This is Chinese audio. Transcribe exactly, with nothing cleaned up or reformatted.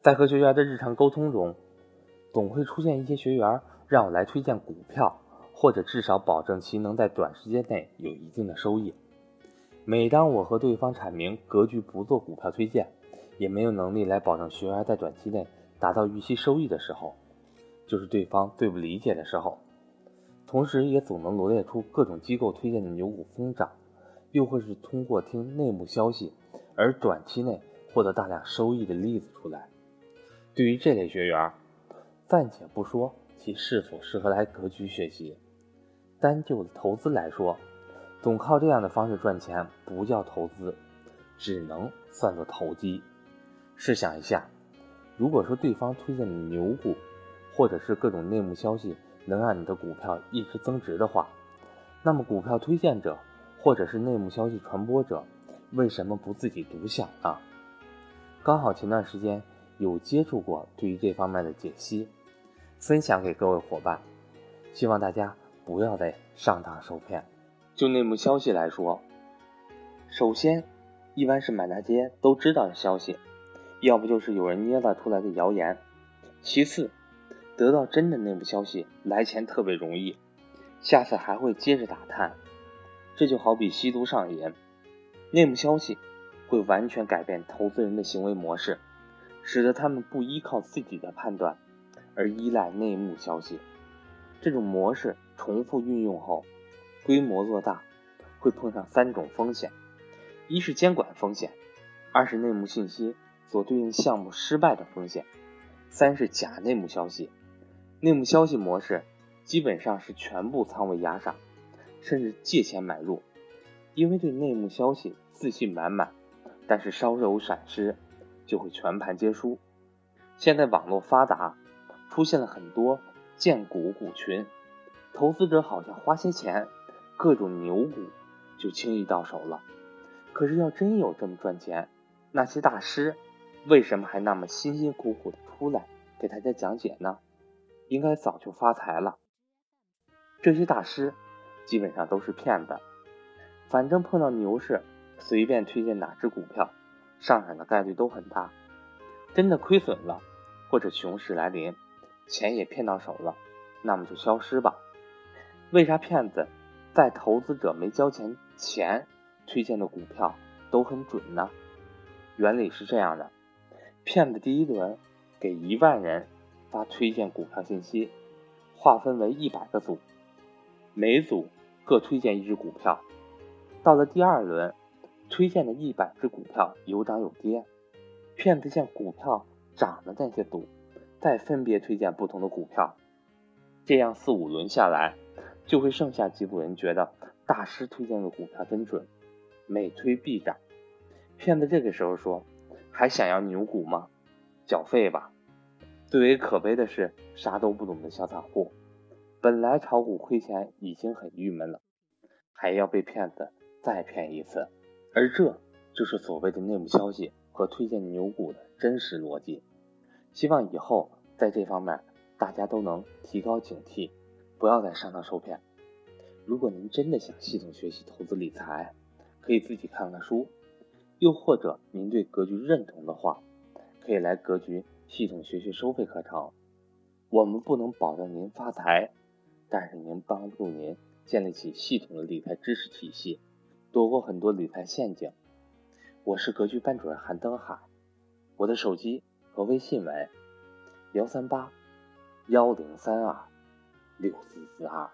在和学员的日常沟通中，总会出现一些学员让我来推荐股票，或者至少保证其能在短时间内有一定的收益。每当我和对方阐明格局不做股票推荐，也没有能力来保证学员在短期内达到预期收益的时候，就是对方最不理解的时候。同时也总能罗列出各种机构推荐的牛股疯涨，又或是通过听内幕消息而短期内获得大量收益的例子出来。对于这类学员，暂且不说其是否适合来格局学习，单就投资来说，总靠这样的方式赚钱不叫投资，只能算作投机。试想一下，如果说对方推荐的牛股或者是各种内幕消息能让你的股票一直增值的话，那么股票推荐者或者是内幕消息传播者为什么不自己独享呢？刚好前段时间有接触过对于这方面的解析，分享给各位伙伴，希望大家不要再上当受骗。就内幕消息来说，首先一般是满大街都知道的消息，要不就是有人捏造出来的谣言。其次，得到真的内幕消息来钱特别容易，下次还会接着打探。这就好比吸毒上瘾，内幕消息会完全改变投资人的行为模式，使得他们不依靠自己的判断，而依赖内幕消息。这种模式重复运用后，规模做大，会碰上三种风险：一是监管风险，二是内幕信息所对应项目失败的风险，三是假内幕消息。内幕消息模式基本上是全部仓位压上，甚至借钱买入，因为对内幕消息自信满满，但是稍有闪失就会全盘皆输。现在网络发达，出现了很多荐股股群，投资者好像花些钱，各种牛股就轻易到手了。可是要真有这么赚钱，那些大师为什么还那么辛辛苦苦的出来给大家讲解呢？应该早就发财了。这些大师基本上都是骗子，反正碰到牛市，随便推荐哪只股票，上涨的概率都很大。真的亏损了，或者熊市来临，钱也骗到手了，那么就消失吧。为啥骗子在投资者没交钱前推荐的股票都很准呢？原理是这样的，骗子第一轮给一万人发推荐股票信息，划分为一百个组，每组各推荐一只股票。到了第二轮，推荐的一百只股票有涨有跌，骗子向股票涨的那些组再分别推荐不同的股票，这样四五轮下来，就会剩下几组人觉得大师推荐的股票真准，每推必涨。骗子这个时候说，还想要牛股吗？缴费吧。最为可悲的是，啥都不懂的小散户，本来炒股亏钱已经很郁闷了，还要被骗子再骗一次。而这就是所谓的内幕消息和推荐牛股的真实逻辑。希望以后在这方面大家都能提高警惕，不要再上当受骗。如果您真的想系统学习投资理财，可以自己看看书，又或者您对格局认同的话，可以来格局系统学习收费课程。我们不能保证您发财，但是您帮助您建立起系统的理财知识体系，躲过很多理财陷阱。我是格局班主任韩登海，我的手机和微信为幺三八幺零三二六四四二。